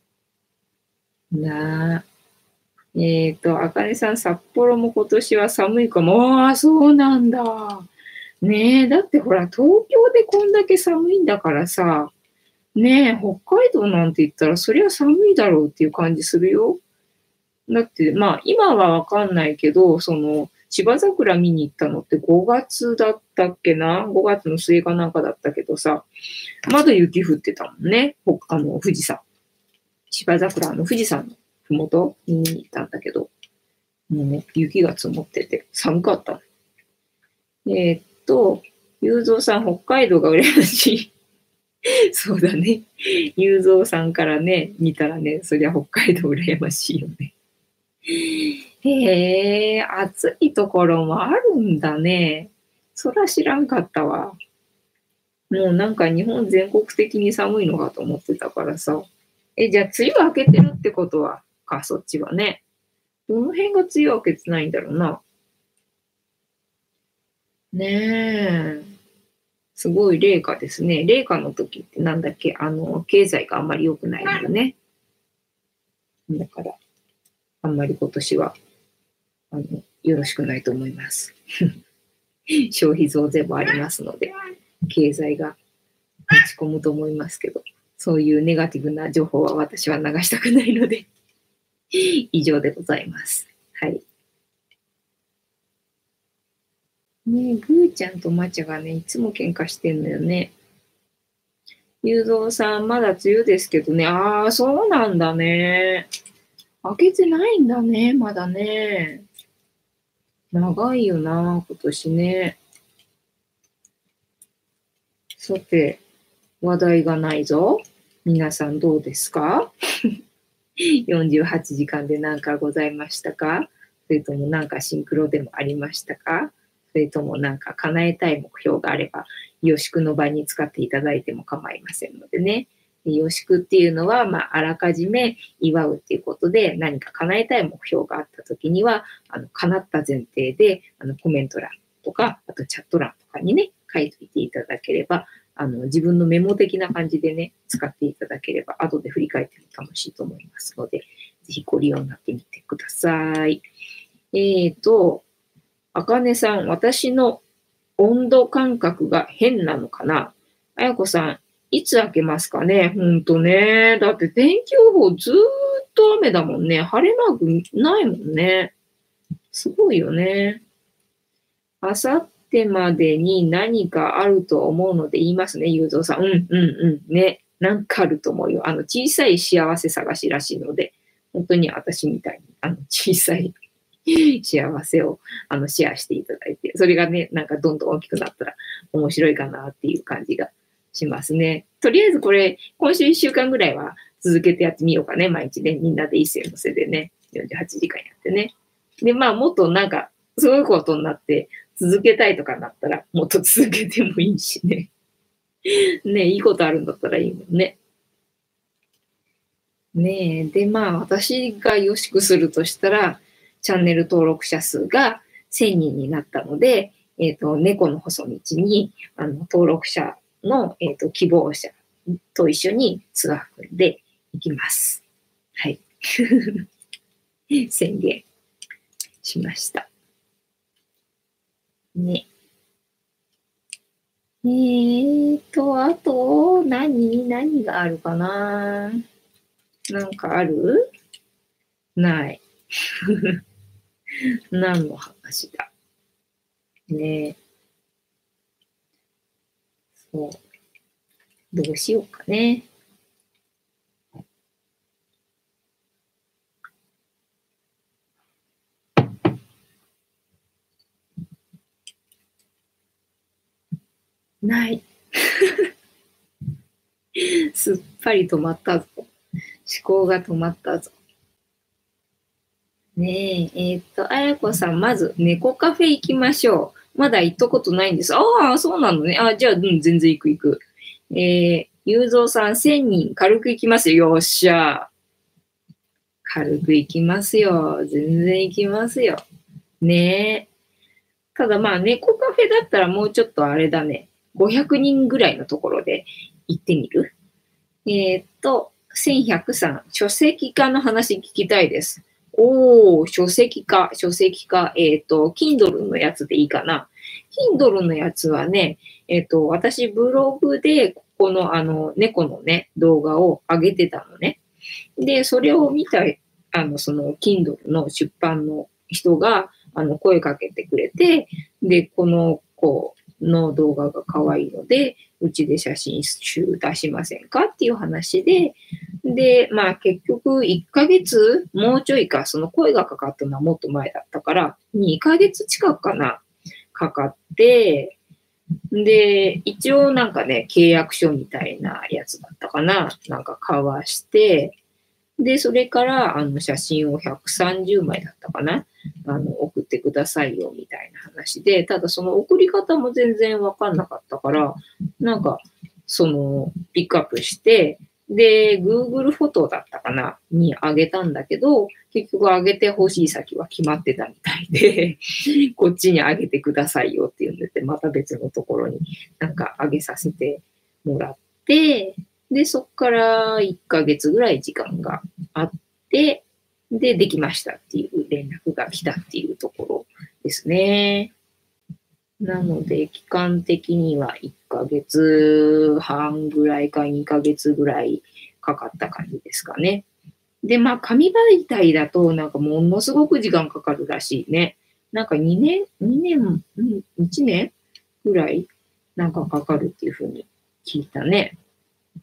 なあ。あかねさん、札幌も今年は寒いかも。ああ、そうなんだ。ねえ、だってほら、東京でこんだけ寒いんだからさ、ねえ、北海道なんて言ったら、そりゃ寒いだろうっていう感じするよ。だって、まあ、今はわかんないけど、芝桜見に行ったのって5月だったっけな？ 5 月の末かなんかだったけどさ、まだ雪降ってたもんね。富士山。芝桜の富士山のふもと見に行ったんだけど、もうね、雪が積もってて寒かった。ゆうぞうさん、北海道が羨ましい。そうだね。ゆうぞうさんからね、見たらね、そりゃ北海道羨ましいよね。へえ、暑いところもあるんだね。そら知らんかったわ。もうなんか日本全国的に寒いのかと思ってたからさ。じゃあ梅雨明けてるってことは、そっちはね。どの辺が梅雨明けてないんだろうな。ねえ。すごい冷夏ですね。冷夏の時ってなんだっけ、経済があんまり良くないのよね。だから、あんまり今年は、よろしくないと思います。消費増税もありますので、経済が落ち込むと思いますけど、そういうネガティブな情報は私は流したくないので、以上でございます。はい。ねぐーちゃんとまちゃがね、いつも喧嘩してんのよね。 ゆうぞうさん、まだ梅雨ですけどね。ああ、そうなんだね。明けてないんだね、まだね。長いよな、今年ね。さて、話題がないぞ。皆さんどうですか？ 48 時間で何かございましたか？それとも何かシンクロでもありましたか？それとも何か叶えたい目標があれば、予祝の場に使っていただいても構いませんのでね。予祝っていうのは、あらかじめ祝うっていうことで、何か叶えたい目標があった時には、叶った前提で、コメント欄とか、あとチャット欄とかにね、書いていていただければ、自分のメモ的な感じでね、使っていただければ、後で振り返っても楽しいと思いますので、ぜひご利用になってみてください。あかねさん、私の温度感覚が変なのかな？あやこさん、いつ開けますかね？ほんとね。だって天気予報ずーっと雨だもんね。晴れマークないもんね。すごいよね。あさってまでに何かあると思うので言いますね、ゆうぞうさん。ね。なんかあると思うよ。小さい幸せ探しらしいので、本当に私みたいに、小さい幸せを、シェアしていただいて、それがね、なんかどんどん大きくなったら面白いかなっていう感じがしますね。とりあえずこれ、今週1週間ぐらいは続けてやってみようかね、毎日ね。みんなで一斉のせでね、48時間やってね。で、もっとなんか、すごいことになって、続けたいとかなったら、もっと続けてもいいしね。ね、いいことあるんだったらいいもんね。ねえ。で、私が予祝するとしたら、チャンネル登録者数が1000人になったので、猫の細道に、登録者の、希望者と一緒にツアー組んでいきます。はい。宣言しました。ね。あと、何があるかな？なんかある？ない。何の話だ？ね。そう。どうしようかね。ない。すっぱり止まったぞ。思考が止まったぞ。ねえ、あやこさん、まず、猫カフェ行きましょう。まだ行ったことないんです。ああ、そうなのね。あ、じゃあ、全然行く。ゆうぞうさん、1000人軽く行きますよ。よっしゃ。軽く行きますよ。全然行きますよ。ねえ。ただ猫カフェだったらもうちょっとあれだね。500人ぐらいのところで行ってみる？1103、書籍化の話聞きたいです。おー、書籍化。Kindle のやつでいいかな。Kindle のやつはね、私ブログでここの猫のね、動画を上げてたのね。で、それを見た、その Kindle の出版の人が、声かけてくれて、で、この子の動画が可愛いので、うちで写真集出しませんかっていう話で、で、結局1ヶ月、もうちょいか、その声がかかったのはもっと前だったから、2ヶ月近くかな、かかって、で、一応なんかね、契約書みたいなやつだったかな、なんか交わして、で、それから、写真を130枚だったかな送ってくださいよ、みたいな話で、ただその送り方も全然わかんなかったから、なんか、ピックアップして、で、Google フォトだったかなにあげたんだけど、結局あげてほしい先は決まってたみたいで、こっちにあげてくださいよって言うんで、また別のところになんかあげさせてもらって、で、そっから1ヶ月ぐらい時間があって、で、できましたっていう連絡が来たっていうところですね。なので、期間的には1ヶ月半ぐらいか2ヶ月ぐらいかかった感じですかね。で、紙媒体だとなんかものすごく時間かかるらしいね。なんか1年ぐらいなんかかかるっていうふうに聞いたね。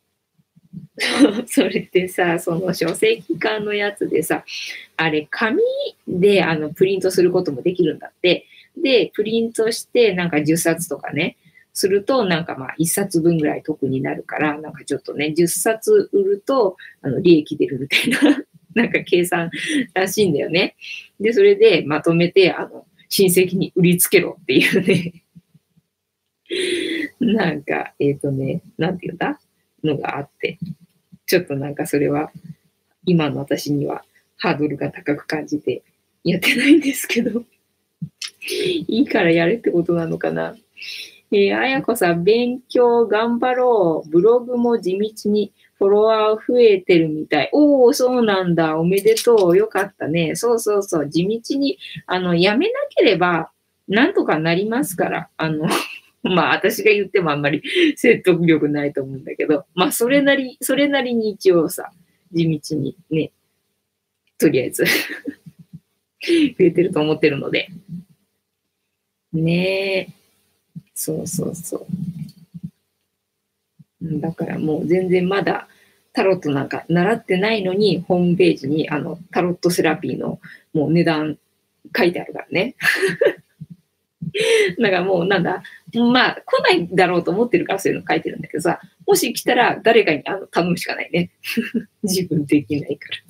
それでさ、その書籍化のやつでさ、あれ、紙でプリントすることもできるんだって。で、プリントしてなんか10冊とかね、するとなんかまあ1冊分ぐらい得になるから、なんかちょっとね、10冊売ると利益出るみたいな、なんか計算らしいんだよね。で、それでまとめて、親戚に売りつけろっていうね、なんか、なんていうんだのがあって、ちょっとなんかそれは今の私にはハードルが高く感じてやってないんですけど、いいからやれってことなのかな。あやこさん、勉強頑張ろう。ブログも地道にフォロワー増えてるみたい。おお、そうなんだ。おめでとう。よかったね。そうそうそう。地道に、やめなければ、なんとかなりますから。まあ、私が言ってもあんまり説得力ないと思うんだけど、まあ、それなりに一応さ、地道にね、とりあえず増えてると思ってるので。ねえ。そうそうそう。だからもう全然まだタロットなんか習ってないのに、ホームページにタロットセラピーのもう値段書いてあるからね。だからもうなんだ、まあ来ないだろうと思ってるからそういうの書いてるんだけどさ、もし来たら誰かに頼むしかないね。自分できないから。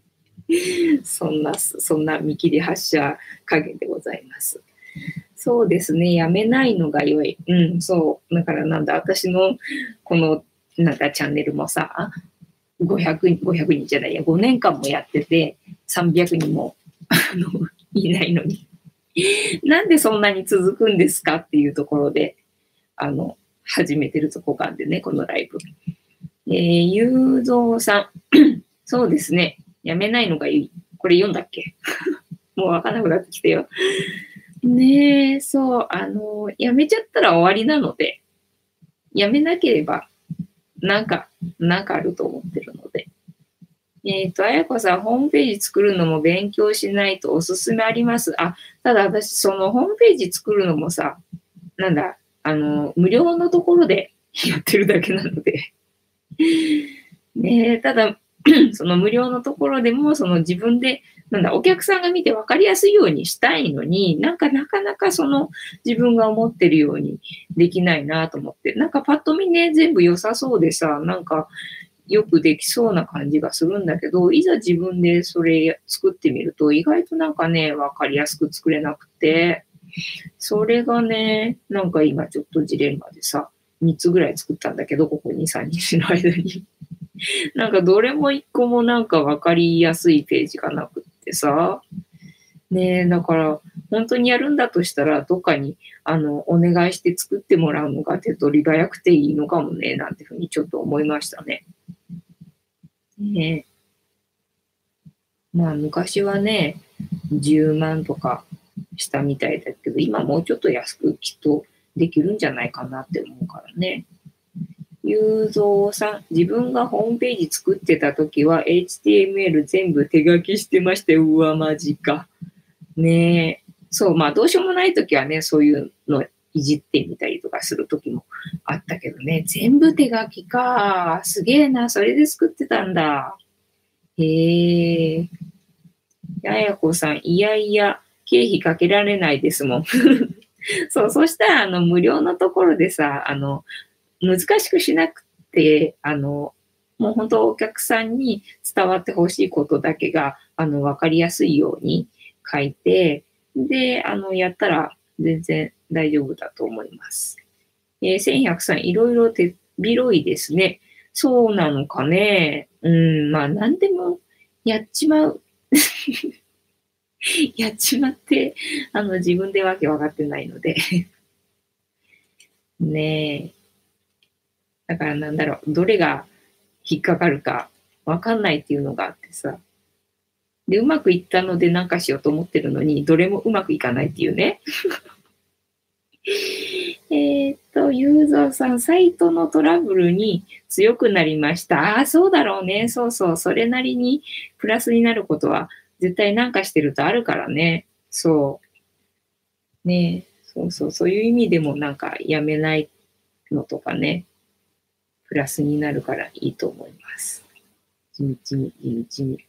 そんな見切り発車加減でございます。そうですね、やめないのが良い。うん、そう。だからなんだ、私のこのなんかチャンネルもさ、500人じゃないや、5年間もやってて、300人もいないのに。なんでそんなに続くんですかっていうところで、始めてるとこがあってね、このライブ。ゆうぞうさん。そうですね。やめないのがいい。これ読んだっけもうわかんなくなってきてよ。ねえ、そう、やめちゃったら終わりなので、やめなければ、なんかあると思ってるので。あやこさん、ホームページ作るのも勉強しないとおすすめあります。あ、ただ私、そのホームページ作るのもさ、なんだ、無料のところでやってるだけなので。ねえ、ただ、その無料のところでも、その自分で、なんだ、お客さんが見て分かりやすいようにしたいのに、なかなかその自分が思ってるようにできないなと思って、なんかパッと見ね、全部良さそうでさ、なんかよくできそうな感じがするんだけど、いざ自分でそれ作ってみると、意外となんかね、分かりやすく作れなくて、それがね、なんか今ちょっとジレンマでさ、3つぐらい作ったんだけど、ここ2、3日の間に。なんかどれも1個もなんか分かりやすいページがなくってさ、ねえ、だから本当にやるんだとしたら、どっかにお願いして作ってもらうのが手っ取り早くていいのかもね、なんていうふうにちょっと思いましたね。ねえ、まあ昔はね、10万とかしたみたいだけど、今もうちょっと安くきっとできるんじゃないかなって思うからね。ゆうぞうさん、自分がホームページ作ってた時は HTML 全部手書きしてましたよ。うわ、マジか。ねえ。そう、まあどうしようもない時はね、そういうのいじってみたりとかする時もあったけどね、全部手書きか。すげえな、それで作ってたんだ。へえ。ややこさん、いやいや、経費かけられないですもん。そう、そしたら、無料のところでさ、難しくしなくて、もう本当お客さんに伝わってほしいことだけが、わかりやすいように書いて、で、やったら全然大丈夫だと思います。1100さん、いろいろ手広いですね。そうなのかね。うん、まあ、何でもやっちまう。やっちまって、自分でわけわかってないので。ねえ。だからなんだろう、どれが引っかかるかわかんないっていうのがあってさ。で、うまくいったのでなんかしようと思ってるのに、どれもうまくいかないっていうね。ユーザーさん、サイトのトラブルに強くなりました。ああ、そうだろうね。そうそう。それなりにプラスになることは絶対なんかしてるとあるからね。そう。ねそうそう。そういう意味でもなんかやめないのとかね。 プラスになるからいいと思います。地道に、地道に。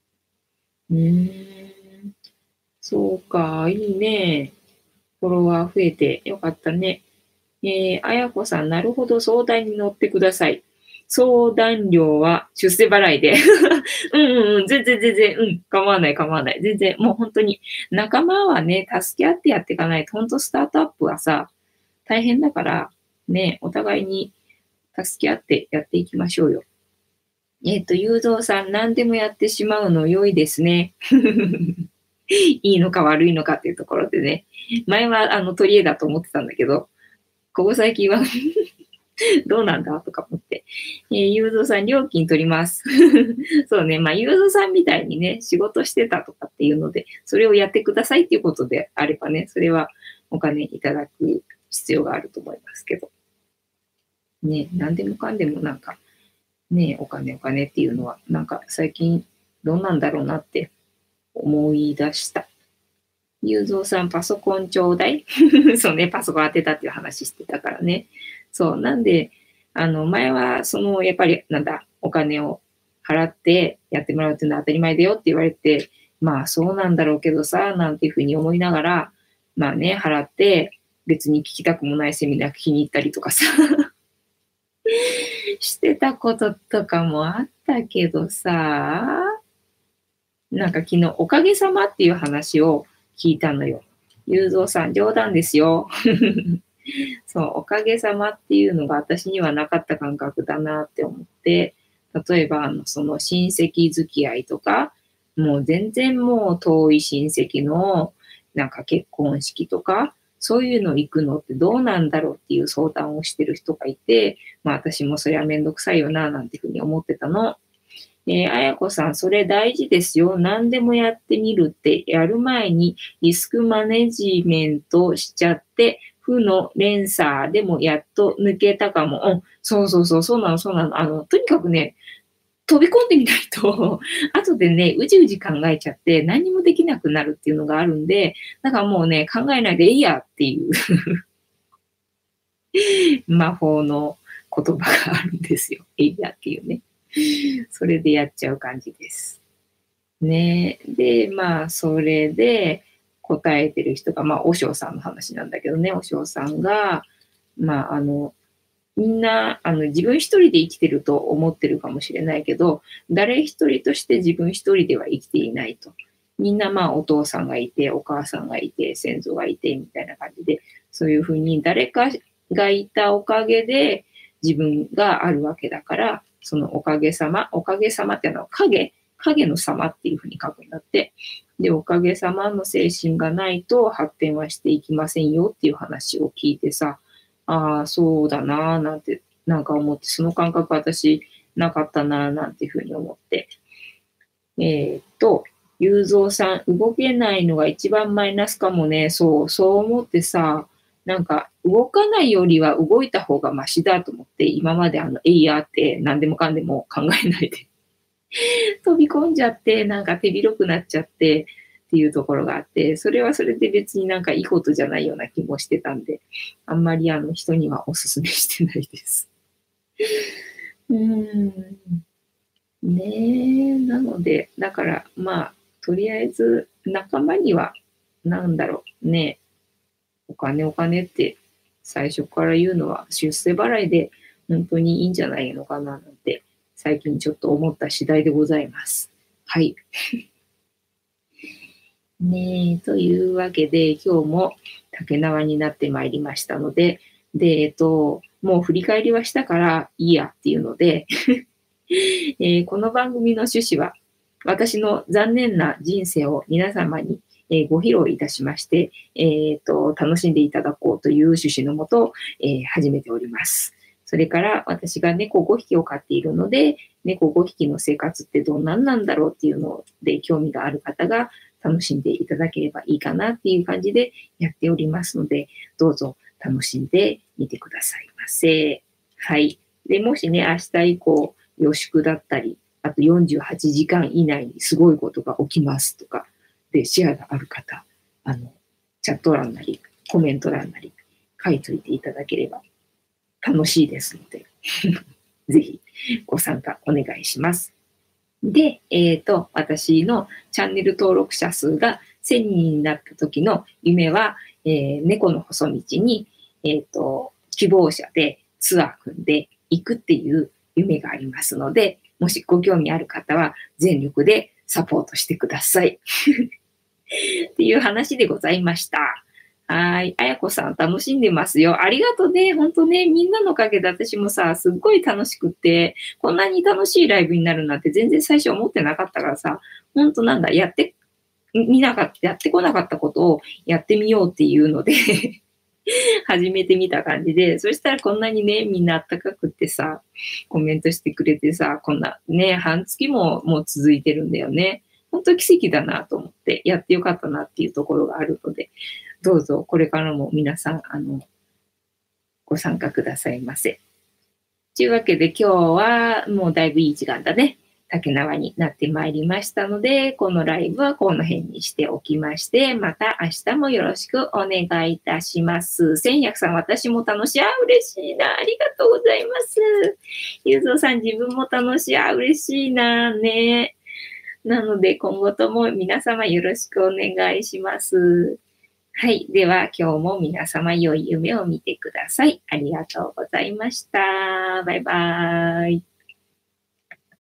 そうか、いいね。フォロワー増えてよかったね。あやこさん、なるほど、相談に乗ってください。相談料は出世払いで。全然全然、構わない構わない。全然、もう本当に、仲間はね、助け合ってやっていかないと、本当スタートアップはさ、大変だから、ね、お互いに助け合ってやっていきましょうよ。ゆうぞうさん、何でもやってしまうの良いですね。いいのか悪いのかっていうところでね。前は取り柄だと思ってたんだけど、ここ最近はどうなんだとか思って。ゆうぞうさん、料金取ります。そうね。まあ、ゆうぞうさんみたいにね、仕事してたとかっていうので、それをやってくださいっていうことであればね、それはお金いただく必要があると思いますけど。ね、何でもかんでもなんか、ね、お金っていうのは、なんか最近どうなんだろうなって思い出した。ゆうぞうさん、パソコンちょうだいそうね、パソコン当てたっていう話してたからね。そう、なんで、前は、やっぱり、お金を払ってやってもらうっていうのは当たり前だよって言われて、まあ、そうなんだろうけどさ、なんていうふうに思いながら、まあね、払って、別に聞きたくもないセミナー聞きに行ったりとかさしてたこととかもあったけどさ、なんか昨日、おかげさまっていう話を聞いたのよ。ゆうぞうさん、冗談ですよ。そう、おかげさまっていうのが私にはなかった感覚だなって思って、例えば、その親戚付き合いとか、もう全然もう遠い親戚のなんか結婚式とか、そういうの行くのってどうなんだろうっていう相談をしてる人がいて、まあ私もそれはめんどくさいよななんていうふうに思ってたの。あやこさん、それ大事ですよ。何でもやってみるって、やる前にリスクマネジメントしちゃって、負の連鎖でもやっと抜けたかも。そうそうそう、そうなの、そうなの。とにかくね、飛び込んでみないと後でね、うじうじ考えちゃって何もできなくなるっていうのがあるんで、だからもうね、考えないでいいやっていう魔法の言葉があるんですよ。いいやっていうね。それでやっちゃう感じです。ね。で、まあ、それで答えてる人が、まあ、おしょうさんの話なんだけどね、おしょうさんが、まあ、みんな、自分一人で生きてると思ってるかもしれないけど、誰一人として自分一人では生きていないと。みんな、まあ、お父さんがいて、お母さんがいて、先祖がいて、みたいな感じで、そういうふうに誰かがいたおかげで自分があるわけだから、そのおかげさまっていうのは影の様っていうふうに書くんだって。で、おかげさまの精神がないと発展はしていきませんよっていう話を聞いてさ、ああ、そうだなーなんて、なんか思って、その感覚私なかったなーなんていうふうに思って。ゆうぞうさん、動けないのが一番マイナスかもね。そう思ってさ、なんか動かないよりは動いた方がマシだと思って、今までえいやって何でもかんでも考えないで飛び込んじゃって、なんか手広くなっちゃってっていうところがあって、それはそれで別になんかいいことじゃないような気もしてたんで、あんまり人にはお勧めしてないです。うーん。ねえ、なので、だからまあ、とりあえず仲間には、なんだろうね、お金って最初から言うのは出世払いで本当にいいんじゃないのかななんて最近ちょっと思った次第でございます。はい。ねえ、というわけで今日も竹縄になってまいりましたので、もう振り返りはしたからいいやっていうのでこの番組の趣旨は私の残念な人生を皆様にご披露いたしまして、楽しんでいただこうという趣旨のもと、始めております。それから私が猫5匹を飼っているので、猫5匹の生活ってどんなんなんだろうっていうので興味がある方が楽しんでいただければいいかなっていう感じでやっておりますので、どうぞ楽しんでみてくださいませ。はい。で、もしね、明日以降予宿だったり、あと48時間以内にすごいことが起きますとか、で、シェアがある方、チャット欄なり、コメント欄なり、書いといていただければ楽しいですので。 ぜひご参加お願いします。で、私のチャンネル登録者数が1000人になった時の夢は、猫の細道に、希望者でツアー組んでいくっていう夢がありますので、もしご興味ある方は全力でサポートしてください。っていう話でございました。はい。あやこさん楽しんでますよ。ありがとうね。ほんとね、みんなのおかげで私もさ、すっごい楽しくって、こんなに楽しいライブになるなんて全然最初思ってなかったからさ、ほんとなんだ、やってこなかったことをやってみようっていうので始めてみた感じで、そしたらこんなにね、みんなあったかくってさ、コメントしてくれてさ、こんなね、半月ももう続いてるんだよね。本当奇跡だなと思って、やってよかったなっていうところがあるので、どうぞこれからも皆さん、ご参加くださいませ。というわけで今日はもうだいぶいい時間だね。竹縄になってまいりましたので、このライブはこの辺にしておきまして、また明日もよろしくお願いいたします。千百さん、私も楽しい。嬉しいな。ありがとうございます。ゆうぞうさん、自分も楽しい。嬉しいな。ね。なので、今後とも皆様よろしくお願いします。はい。では、今日も皆様良い夢を見てください。ありがとうございました。バイバーイ。